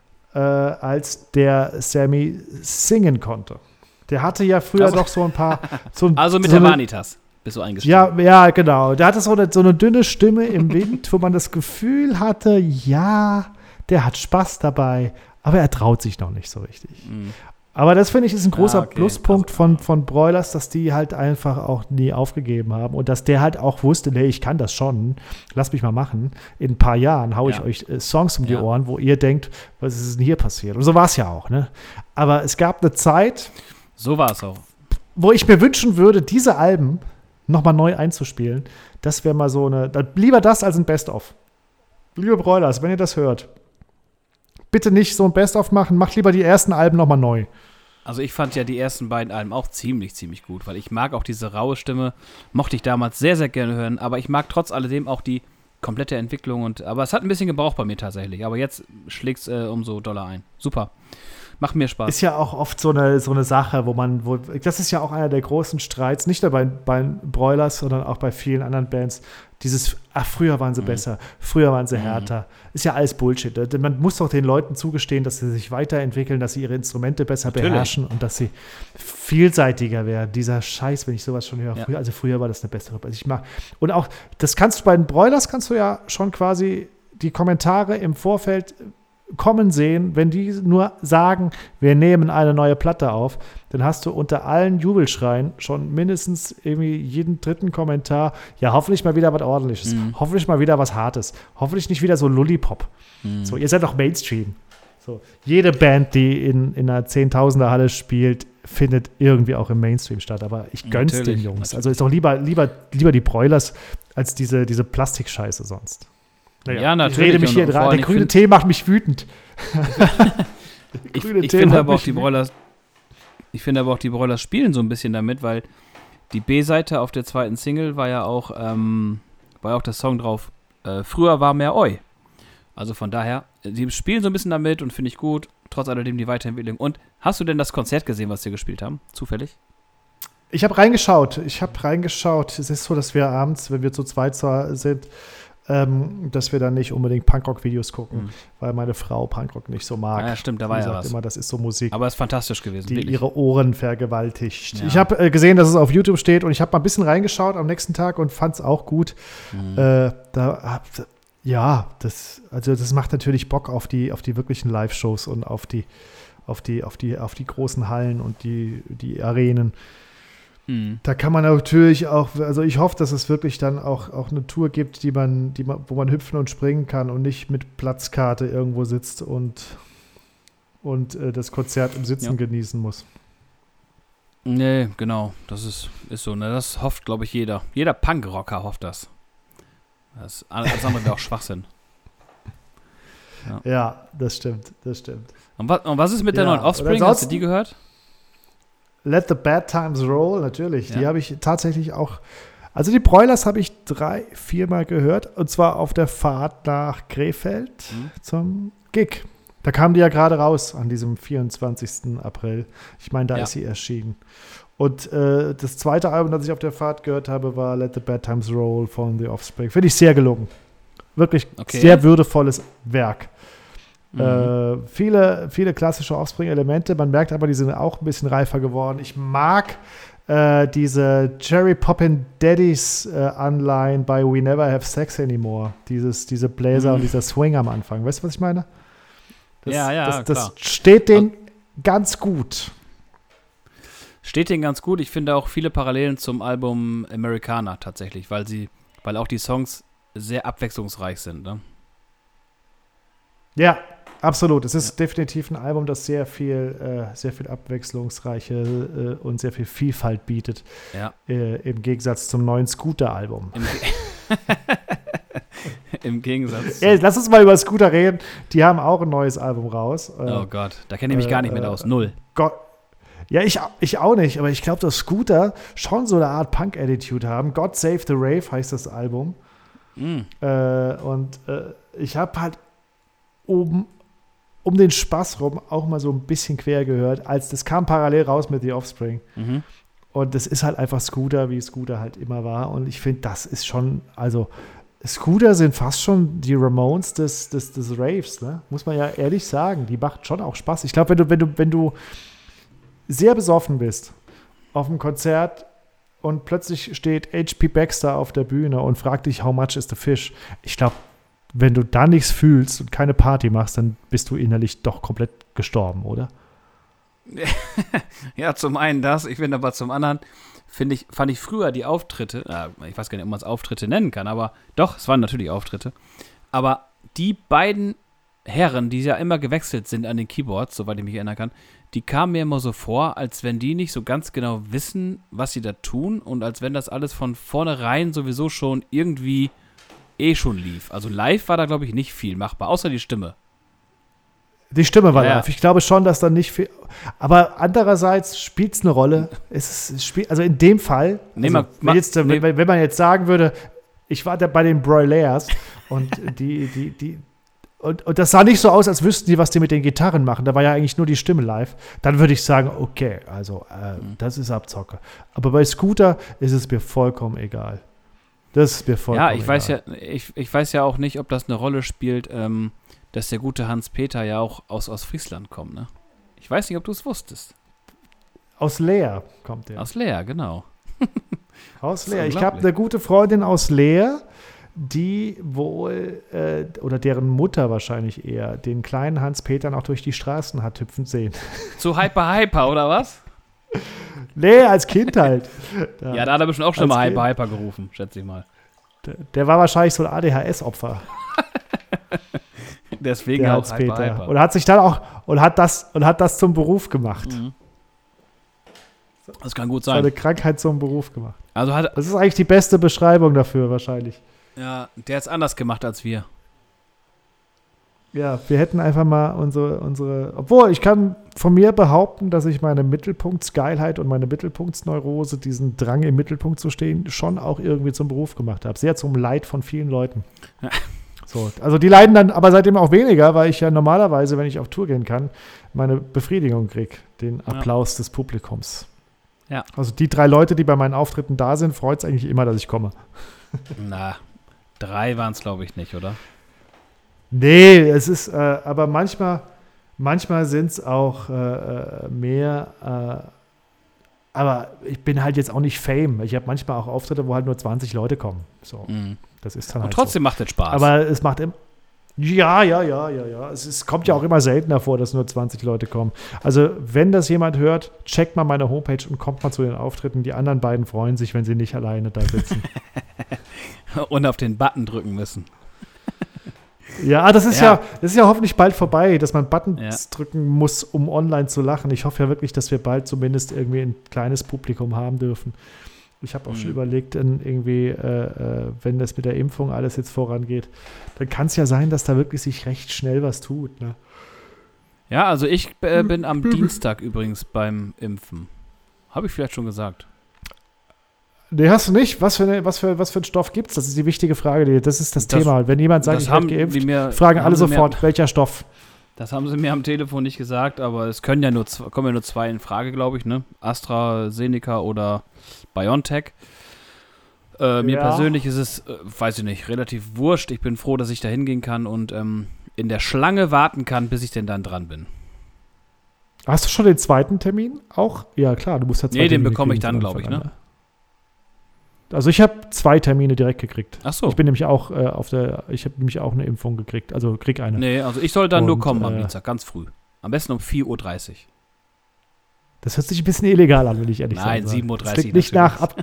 als der Sammy singen konnte. Der hatte ja früher doch so ein paar... also mit der Vanitas bist du eingestiegen. Ja, genau. Der hatte so eine dünne Stimme im Wind, wo man das Gefühl hatte, ja, der hat Spaß dabei, aber er traut sich noch nicht so richtig. Aber das, finde ich, ist ein großer Pluspunkt von Broilers, dass die halt einfach auch nie aufgegeben haben und dass der halt auch wusste, nee, ich kann das schon, lass mich mal machen. In ein paar Jahren haue ich euch Songs um die Ohren, wo ihr denkt, was ist denn hier passiert? Und so war es ja auch, ne? Aber es gab eine Zeit, so war es auch, wo ich mir wünschen würde, diese Alben nochmal neu einzuspielen. Das wäre mal so lieber das als ein Best-of. Liebe Broilers, wenn ihr das hört, bitte nicht so ein Best-of machen, macht lieber die ersten Alben nochmal neu. Also ich fand ja die ersten beiden Alben auch ziemlich gut, weil ich mag auch diese raue Stimme, mochte ich damals sehr, sehr gerne hören, aber ich mag trotz alledem auch die komplette Entwicklung aber es hat ein bisschen gebraucht bei mir tatsächlich, aber jetzt schlägt es umso doller ein. Super. Macht mir Spaß. Ist ja auch oft so eine Sache, das ist ja auch einer der großen Streits, nicht nur bei Broilers, sondern auch bei vielen anderen Bands. Früher waren sie besser, früher waren sie härter. Ist ja alles Bullshit. Man muss doch den Leuten zugestehen, dass sie sich weiterentwickeln, dass sie ihre Instrumente besser beherrschen und dass sie vielseitiger werden. Dieser Scheiß, wenn ich sowas schon höre. Früher war das eine bessere. Also ich mag. Und auch, das kannst du bei den Broilers, kannst du ja schon quasi die Kommentare im Vorfeld kommen sehen, wenn die nur sagen, wir nehmen eine neue Platte auf, dann hast du unter allen Jubelschreien schon mindestens irgendwie jeden dritten Kommentar, ja, hoffentlich mal wieder was Ordentliches, hoffentlich mal wieder was Hartes, hoffentlich nicht wieder so Lollipop. So, ihr seid doch Mainstream. So, jede Band, die in einer Zehntausender-Halle spielt, findet irgendwie auch im Mainstream statt, aber ich gönn's den Jungs. Natürlich. Also ist doch lieber die Broilers als diese Plastikscheiße sonst. Naja, ja, natürlich. Ich rede mich hier dran. Der grüne Tee macht mich wütend. Ich finde aber auch die Broilers spielen so ein bisschen damit, weil die B-Seite auf der zweiten Single war ja auch der Song drauf, früher war mehr Oi. Also von daher, die spielen so ein bisschen damit und finde ich gut, trotz alledem die Weiterentwicklung. Und hast du denn das Konzert gesehen, was sie gespielt haben? Zufällig? Ich habe reingeschaut. Es ist so, dass wir abends, wenn wir zu zweit sind, dass wir dann nicht unbedingt Punkrock-Videos gucken, weil meine Frau Punkrock nicht so mag. Ja, stimmt, da war ja was. Immer, das ist so Musik. Aber es ist fantastisch gewesen, die wirklich. Ihre Ohren vergewaltigt. Ja. Ich habe gesehen, dass es auf YouTube steht und ich habe mal ein bisschen reingeschaut am nächsten Tag und fand es auch gut. Das macht natürlich Bock auf die wirklichen Live-Shows und auf die großen Hallen und die Arenen. Da kann man natürlich auch, also ich hoffe, dass es wirklich dann auch eine Tour gibt, wo man hüpfen und springen kann und nicht mit Platzkarte irgendwo sitzt und das Konzert im Sitzen genießen muss. Nee, genau, das ist so, ne? Das hofft, glaube ich, jeder. Jeder Punkrocker hofft das. Alles andere wäre auch Schwachsinn. Ja, das stimmt. Und was ist mit der neuen Offspring? Hast du die gehört? Let the Bad Times Roll, natürlich. Ja. Die habe ich tatsächlich auch. Also die Broilers habe ich 3-4 Mal gehört. Und zwar auf der Fahrt nach Krefeld zum Gig. Da kam die ja gerade raus an diesem 24. April. Ich meine, da ist sie erschienen. Und das zweite Album, das ich auf der Fahrt gehört habe, war Let the Bad Times Roll von The Offspring. Finde ich sehr gelungen. Wirklich sehr würdevolles Werk. Viele klassische Offspring-Elemente. Man merkt aber, die sind auch ein bisschen reifer geworden. Ich mag diese Cherry Poppin' Daddies Anleihen bei We Never Have Sex Anymore. Diese Bläser und dieser Swing am Anfang. Weißt du, was ich meine? Das steht denen ganz gut. Steht denen ganz gut. Ich finde auch viele Parallelen zum Album Americana tatsächlich, weil auch die Songs sehr abwechslungsreich sind, ne? Ja, absolut. Es ist definitiv ein Album, das sehr viel abwechslungsreiche und sehr viel Vielfalt bietet. Ja. Im Gegensatz zum neuen Scooter-Album. Im Gegensatz. Lass uns mal über Scooter reden. Die haben auch ein neues Album raus. Oh Gott, da kenne ich mich gar nicht mit aus. Null. Ja, ich auch nicht, aber ich glaube, dass Scooter schon so eine Art Punk-Attitude haben. God Save the Rave heißt das Album. Ich habe halt um den Spaß rum auch mal so ein bisschen quer gehört, als das kam parallel raus mit The Offspring. Und das ist halt einfach Scooter, wie Scooter halt immer war. Und ich finde, das ist schon, also Scooter sind fast schon die Ramones des Raves, ne? Muss man ja ehrlich sagen. Die macht schon auch Spaß. Ich glaube, wenn du sehr besoffen bist auf einem Konzert und plötzlich steht H.P. Baxter auf der Bühne und fragt dich, how much is the fish? Ich glaube, wenn du da nichts fühlst und keine Party machst, dann bist du innerlich doch komplett gestorben, oder? Ja, zum einen das, ich finde aber zum anderen, fand ich früher die Auftritte, ich weiß gar nicht, ob man es Auftritte nennen kann, aber doch, es waren natürlich Auftritte, aber die beiden Herren, die ja immer gewechselt sind an den Keyboards, soweit ich mich erinnern kann, die kamen mir immer so vor, als wenn die nicht so ganz genau wissen, was sie da tun und als wenn das alles von vornherein sowieso schon irgendwie schon lief. Also live war da, glaube ich, nicht viel machbar, außer die Stimme. Die Stimme war live. Ich glaube schon, dass da nicht viel. Aber andererseits spielt es eine Rolle. Also in dem Fall, wenn man jetzt sagen würde, ich war da bei den Broilers und und das sah nicht so aus, als wüssten die, was die mit den Gitarren machen. Da war ja eigentlich nur die Stimme live. Dann würde ich sagen, okay, also das ist Abzocke. Aber bei Scooter ist es mir vollkommen egal. Das ist mir vollkommen egal. Ich weiß ja auch nicht, ob das eine Rolle spielt, dass der gute Hans-Peter ja auch aus Friesland kommt, ne? Ich weiß nicht, ob du es wusstest. Aus Leer kommt der. Aus Leer, genau. Aus Leer. Ich habe eine gute Freundin aus Leer, die wohl, oder deren Mutter wahrscheinlich eher, den kleinen Hans-Peter noch durch die Straßen hat hüpfen sehen. Zu Hyper, oder was? Nee, als Kind halt. Ja, da hat er bestimmt auch schon mal Hyper gerufen, schätze ich mal. Der war wahrscheinlich so ein ADHS-Opfer. Deswegen auch Hyper. Und hat sich dann auch hat das zum Beruf gemacht. Das kann gut sein. Seine Krankheit zum Beruf gemacht. Also das ist eigentlich die beste Beschreibung dafür wahrscheinlich. Ja, der hat es anders gemacht als wir. Ja, wir hätten einfach mal unsere. Obwohl, ich kann von mir behaupten, dass ich meine Mittelpunktsgeilheit und meine Mittelpunktsneurose, diesen Drang im Mittelpunkt zu stehen, schon auch irgendwie zum Beruf gemacht habe. Sehr zum Leid von vielen Leuten. Ja. So, also die leiden dann aber seitdem auch weniger, weil ich ja normalerweise, wenn ich auf Tour gehen kann, meine Befriedigung kriege, den Applaus des Publikums. Ja. Also die 3 Leute, die bei meinen Auftritten da sind, freut es eigentlich immer, dass ich komme. Na, 3 waren es, glaube ich, nicht, oder? Nee, es ist, aber manchmal sind es auch mehr, aber ich bin halt jetzt auch nicht Fame. Ich habe manchmal auch Auftritte, wo halt nur 20 Leute kommen. So, das ist dann und halt trotzdem so. Macht es Spaß. Aber es macht immer. Ja. Es kommt ja auch immer seltener vor, dass nur 20 Leute kommen. Also, wenn das jemand hört, checkt mal meine Homepage und kommt mal zu den Auftritten. Die anderen beiden freuen sich, wenn sie nicht alleine da sitzen. Und auf den Button drücken müssen. Ja, das ist ja hoffentlich bald vorbei, dass man Buttons drücken muss, um online zu lachen. Ich hoffe ja wirklich, dass wir bald zumindest irgendwie ein kleines Publikum haben dürfen. Ich habe auch schon überlegt, irgendwie, wenn das mit der Impfung alles jetzt vorangeht, dann kann es ja sein, dass da wirklich sich recht schnell was tut. Ne? Ja, also ich bin am Dienstag übrigens beim Impfen. Habe ich vielleicht schon gesagt. Nee, hast du nicht? Was für einen Stoff gibt es? Das ist die wichtige Frage. Das ist das Thema. Wenn jemand sagt, ich werde geimpft, fragen alle sofort, welcher Stoff. Das haben sie mir am Telefon nicht gesagt, aber es kommen ja nur 2 in Frage, glaube ich, ne? AstraZeneca oder BioNTech. Mir persönlich ist es, weiß ich nicht, relativ wurscht. Ich bin froh, dass ich da hingehen kann und in der Schlange warten kann, bis ich denn dann dran bin. Hast du schon den zweiten Termin auch? Ja, klar, du musst ja 2 Termine den bekomme ich dann, glaube ich, ne? Also ich habe 2 Termine direkt gekriegt. Ach so. Ich bin nämlich auch ich habe nämlich auch eine Impfung gekriegt, also krieg eine. Nee, also ich soll dann nur kommen am Dienstag, ganz früh. Am besten um 4:30 Uhr. Das hört sich ein bisschen illegal an, will ich ehrlich sagen. Nein, 7:30 Uhr. Das klingt nicht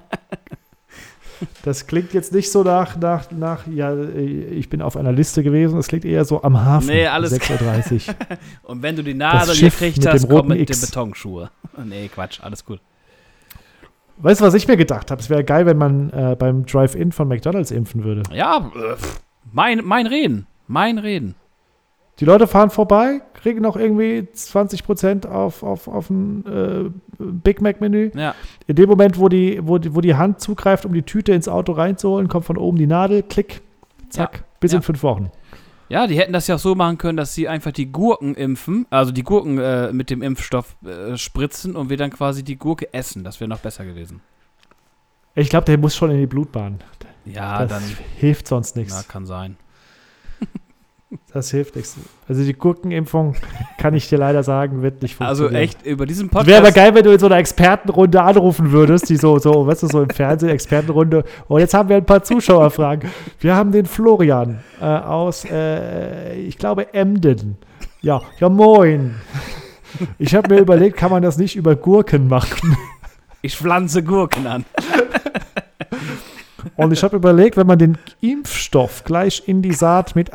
das klingt jetzt nicht so nach, ich bin auf einer Liste gewesen, das klingt eher so am Hafen. Nee, alles 6:30 Uhr. Und wenn du die Nadel gekriegt hast, komm mit den Betonschuhe. Nee, Quatsch, alles gut. Weißt du, was ich mir gedacht habe? Es wäre geil, wenn man beim Drive-In von McDonald's impfen würde. Ja, mein Reden. Die Leute fahren vorbei, kriegen noch irgendwie 20% auf ein Big Mac-Menü. Ja. In dem Moment, wo die Hand zugreift, um die Tüte ins Auto reinzuholen, kommt von oben die Nadel, klick, zack, bis in 5 Wochen. Ja, die hätten das ja auch so machen können, dass sie einfach die Gurken impfen, also die Gurken mit dem Impfstoff spritzen und wir dann quasi die Gurke essen. Das wäre noch besser gewesen. Ich glaube, der muss schon in die Blutbahn. Ja, das dann hilft sonst nichts. Na, kann sein. Das hilft nichts. Also die Gurkenimpfung, kann ich dir leider sagen, wird nicht funktionieren. Also echt, über diesen Podcast... Wäre aber geil, wenn du in so einer Expertenrunde anrufen würdest, die so, weißt du, so im Fernsehen, Expertenrunde. Und jetzt haben wir ein paar Zuschauerfragen. Wir haben den Florian aus, ich glaube, Emden. Ja, moin. Ich habe mir überlegt, kann man das nicht über Gurken machen? Ich pflanze Gurken an. Und ich habe überlegt, wenn man den Impfstoff gleich in die Saat mit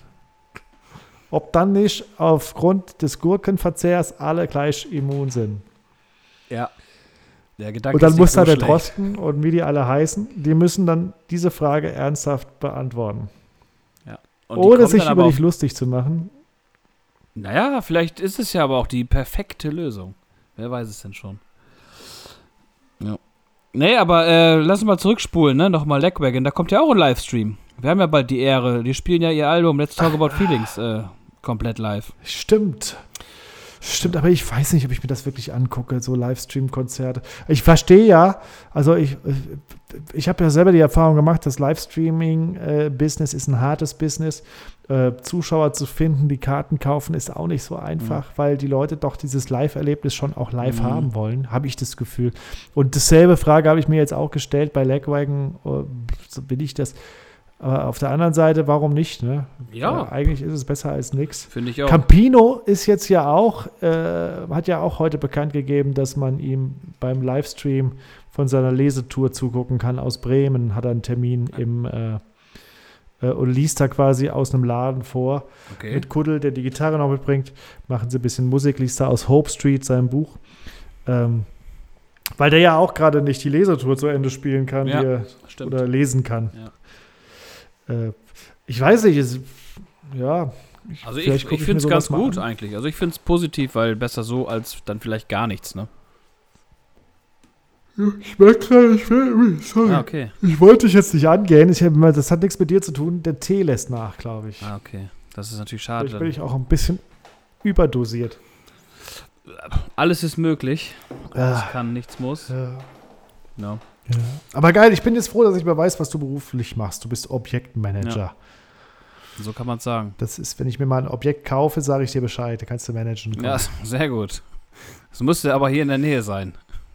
ob dann nicht aufgrund des Gurkenverzehrs alle gleich immun sind. Ja. Der Gedanke Und dann ist muss da nicht so der schlecht. Drosten und wie die alle heißen, die müssen dann diese Frage ernsthaft beantworten. Ja. Und die Ohne kommen sich dann über aber dich lustig zu machen. Naja, vielleicht ist es ja aber auch die perfekte Lösung. Wer weiß es denn schon. Ja. Nee, aber lass uns mal zurückspulen, ne? Nochmal Lagwagon, da kommt ja auch ein Livestream. Wir haben ja bald die Ehre. Die spielen ja ihr Album Let's Talk About Feelings komplett live. Stimmt, aber ich weiß nicht, ob ich mir das wirklich angucke, so Livestream-Konzerte. Ich verstehe ja, also ich habe ja selber die Erfahrung gemacht, das Livestreaming-Business ist ein hartes Business. Zuschauer zu finden, die Karten kaufen, ist auch nicht so einfach, weil die Leute doch dieses Live-Erlebnis schon auch live haben wollen, habe ich das Gefühl. Und dasselbe Frage habe ich mir jetzt auch gestellt bei Lagwagon, so bin ich das. Aber auf der anderen Seite, warum nicht? Ne? Ja. Eigentlich ist es besser als nichts. Finde ich auch. Campino ist jetzt ja auch, hat ja auch heute bekannt gegeben, dass man ihm beim Livestream von seiner Lesetour zugucken kann aus Bremen. Hat er einen Termin und liest da quasi aus einem Laden vor. Okay. Mit Kuddel, der die Gitarre noch mitbringt. Machen sie ein bisschen Musik, liest da aus Hope Street sein Buch. Weil der ja auch gerade nicht die Lesetour zu Ende spielen kann, Ja, die er stimmt. oder lesen kann. Ja. Ich weiß nicht, Also vielleicht ich gucke finde es mir ganz sowas mal gut an. eigentlich. Also ich finde es positiv, weil besser so als dann vielleicht gar nichts, ne? Ich merke gerade, sorry. Ah, okay. Ich wollte dich jetzt nicht angehen. Das hat nichts mit dir zu tun. Der Tee lässt nach, glaube ich. Ah, okay. Das ist natürlich schade. Vielleicht bin ich auch ein bisschen überdosiert. Alles ist möglich. Ah. Alles kann, nichts muss. Ja. No. Ja. Aber geil, ich bin jetzt froh, dass ich mal weiß, was du beruflich machst. Du bist Objektmanager. Ja. So kann man es sagen. Das ist, wenn ich mir mal ein Objekt kaufe, sage ich dir Bescheid. Da kannst du managen. Ja, sehr gut. Es müsste aber hier in der Nähe sein.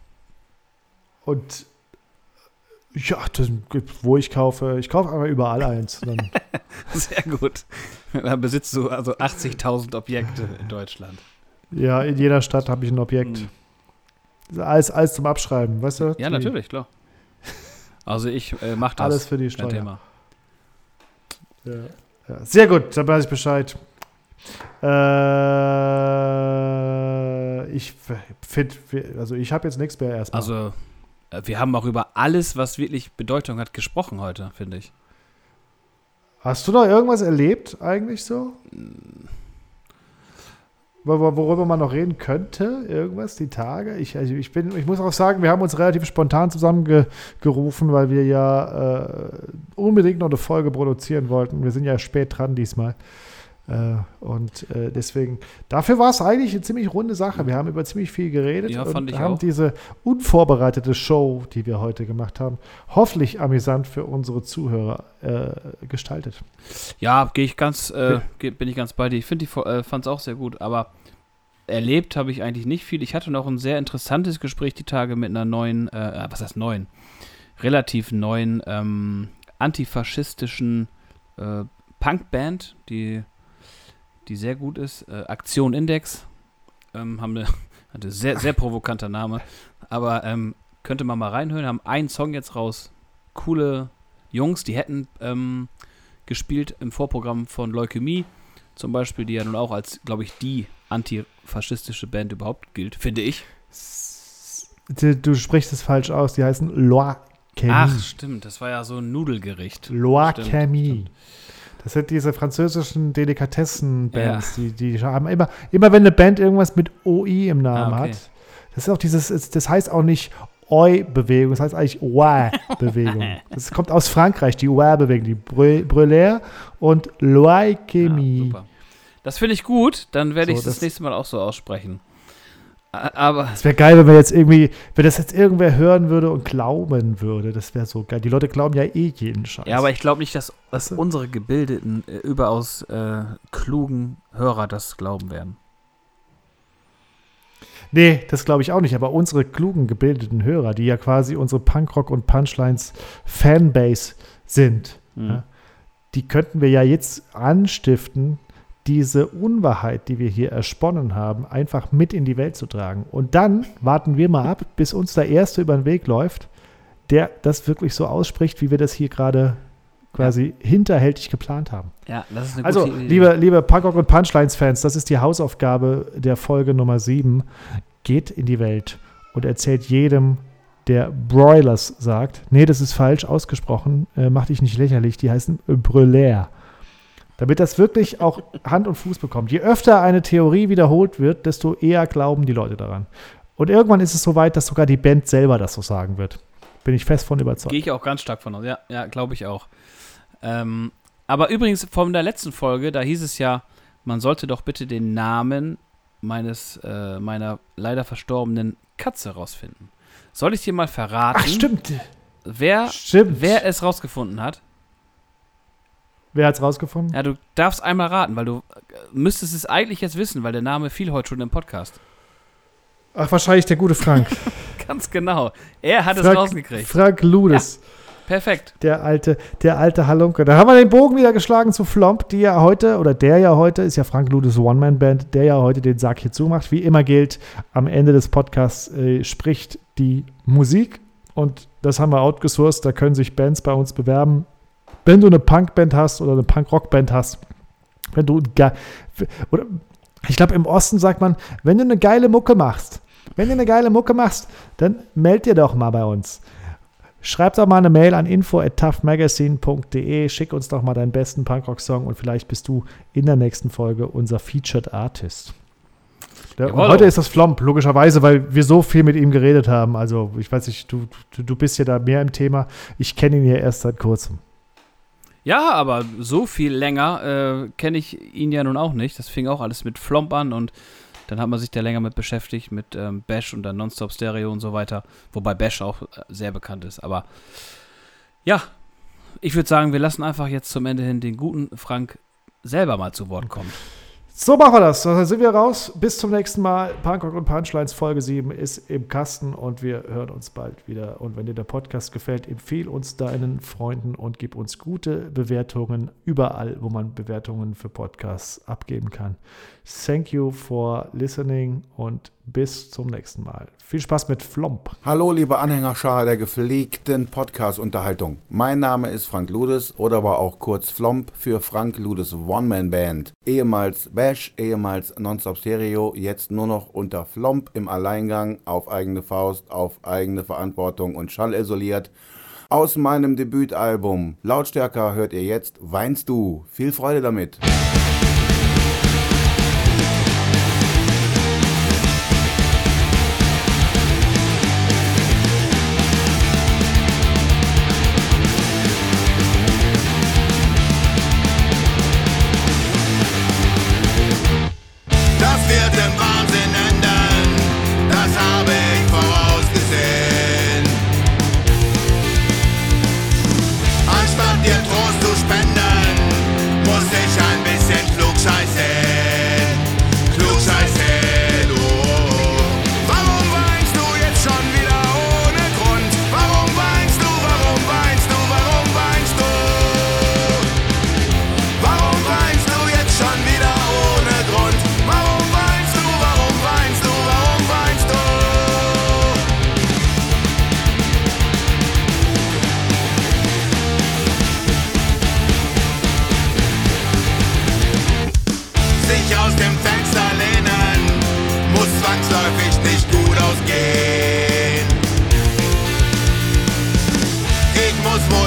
Und ja, wo ich kaufe aber überall eins. Dann Sehr gut. Da besitzt du also 80.000 Objekte in Deutschland. ja, in jeder Stadt habe ich ein Objekt. Alles zum Abschreiben, weißt du? Ja, natürlich, klar. Also ich mache das. Alles für die Kein Steuer. Thema. Ja. Sehr gut, dann weiß ich Bescheid. Ich finde, also ich habe jetzt nichts mehr erstmal. Also wir haben auch über alles, was wirklich Bedeutung hat, gesprochen heute, finde ich. Hast du noch irgendwas erlebt eigentlich so? Worüber man noch reden könnte, irgendwas, die Tage. Ich muss auch sagen, wir haben uns relativ spontan zusammengerufen, weil wir ja unbedingt noch eine Folge produzieren wollten. Wir sind ja spät dran diesmal. Deswegen, dafür war es eigentlich eine ziemlich runde Sache. Wir haben über ziemlich viel geredet Ja, fand ich haben auch. diese unvorbereitete Show, die wir heute gemacht haben, hoffentlich amüsant für unsere Zuhörer gestaltet. Ja, bin ich ganz bei dir. Ich fand es auch sehr gut, aber erlebt habe ich eigentlich nicht viel. Ich hatte noch ein sehr interessantes Gespräch die Tage mit einer neuen, relativ neuen antifaschistischen Punkband, die sehr gut ist. Aktion Index. Hatte sehr, sehr provokanter Name. Aber könnte man mal reinhören. Haben einen Song jetzt raus. Coole Jungs, die hätten gespielt im Vorprogramm von Leukämie. Zum Beispiel, die ja nun auch als, glaube ich, die antifaschistische Band überhaupt gilt, finde ich. Du sprichst es falsch aus. Die heißen Leukämie. Ach, stimmt. Das war ja so ein Nudelgericht. Leukämie. Das sind diese französischen Delikatessen-Bands, die haben immer wenn eine Band irgendwas mit OI im Namen hat. Das ist auch das heißt auch nicht Oi-Bewegung, das heißt eigentlich Oie-Bewegung. Das kommt aus Frankreich, die Oie-Bewegung, die Brûlère und Loïc-Chemie. Super. Das finde ich gut, dann werde ich das nächste Mal auch so aussprechen. Aber es wäre geil, wenn das jetzt irgendwer hören würde und glauben würde. Das wäre so geil. Die Leute glauben ja eh jeden Scheiß. Ja, aber ich glaube nicht, dass unsere gebildeten, überaus klugen Hörer das glauben werden. Nee, das glaube ich auch nicht. Aber unsere klugen, gebildeten Hörer, die ja quasi unsere Punkrock- und Punchlines-Fanbase sind, ja, die könnten wir ja jetzt anstiften, diese Unwahrheit, die wir hier ersponnen haben, einfach mit in die Welt zu tragen. Und dann warten wir mal ab, bis uns der Erste über den Weg läuft, der das wirklich so ausspricht, wie wir das hier gerade quasi hinterhältig geplant haben. Ja, das ist eine gute Idee. Liebe Punkrock- und Punchlines-Fans, das ist die Hausaufgabe der Folge Nummer 7. Geht in die Welt und erzählt jedem, der Broilers sagt, nee, das ist falsch ausgesprochen, mach dich nicht lächerlich, die heißen Brûlère. Damit das wirklich auch Hand und Fuß bekommt. Je öfter eine Theorie wiederholt wird, desto eher glauben die Leute daran. Und irgendwann ist es so weit, dass sogar die Band selber das so sagen wird. Bin ich fest von überzeugt. Gehe ich auch ganz stark von aus. Ja, glaube ich auch. Aber übrigens, von der letzten Folge, da hieß es ja, man sollte doch bitte den Namen meiner leider verstorbenen Katze rausfinden. Soll ich dir mal verraten? Ach, stimmt. Wer es rausgefunden hat? Wer hat es rausgefunden? Ja, du darfst einmal raten, weil du müsstest es eigentlich jetzt wissen, weil der Name fiel heute schon im Podcast. Ach, wahrscheinlich der gute Frank. Ganz genau. Er hat es rausgekriegt. Frank Ludes. Ja, perfekt. Der alte Halunke. Da haben wir den Bogen wieder geschlagen zu Flomp, der ja heute, ist ja Frank Ludes One-Man-Band, der ja heute den Sack hier zumacht. Wie immer gilt, am Ende des Podcasts spricht die Musik und das haben wir outgesourced, da können sich Bands bei uns bewerben. Wenn du eine Punkband hast oder eine Punkrockband hast, ich glaube im Osten sagt man, wenn du eine geile Mucke machst, dann meld dir doch mal bei uns. Schreib doch mal eine Mail an info@toughmagazine.de, schick uns doch mal deinen besten Punkrock-Song und vielleicht bist du in der nächsten Folge unser Featured Artist. Und heute ist das Flomp, logischerweise, weil wir so viel mit ihm geredet haben. Also ich weiß nicht, du bist ja da mehr im Thema. Ich kenne ihn ja erst seit kurzem. Ja, aber so viel länger kenne ich ihn ja nun auch nicht. Das fing auch alles mit Flomp an und dann hat man sich da länger mit beschäftigt, mit Bash und dann Nonstop Stereo und so weiter. Wobei Bash auch sehr bekannt ist. Aber ja, ich würde sagen, wir lassen einfach jetzt zum Ende hin den guten Frank selber mal zu Wort kommen. So machen wir das. Dann sind wir raus. Bis zum nächsten Mal. Punkrock und Punchlines Folge 7 ist im Kasten und wir hören uns bald wieder. Und wenn dir der Podcast gefällt, empfehle uns deinen Freunden und gib uns gute Bewertungen überall, wo man Bewertungen für Podcasts abgeben kann. Thank you for listening und bis zum nächsten Mal. Viel Spaß mit Flomp. Hallo, liebe Anhängerschar der gepflegten Podcast-Unterhaltung. Mein Name ist Frank Ludes oder aber auch kurz Flomp für Frank Ludes One-Man-Band. Ehemals Bash, ehemals Nonstop Stereo, jetzt nur noch unter Flomp im Alleingang, auf eigene Faust, auf eigene Verantwortung und schallisoliert. Aus meinem Debütalbum Lautstärker hört ihr jetzt Weinst du. Viel Freude damit. Ich muss wohl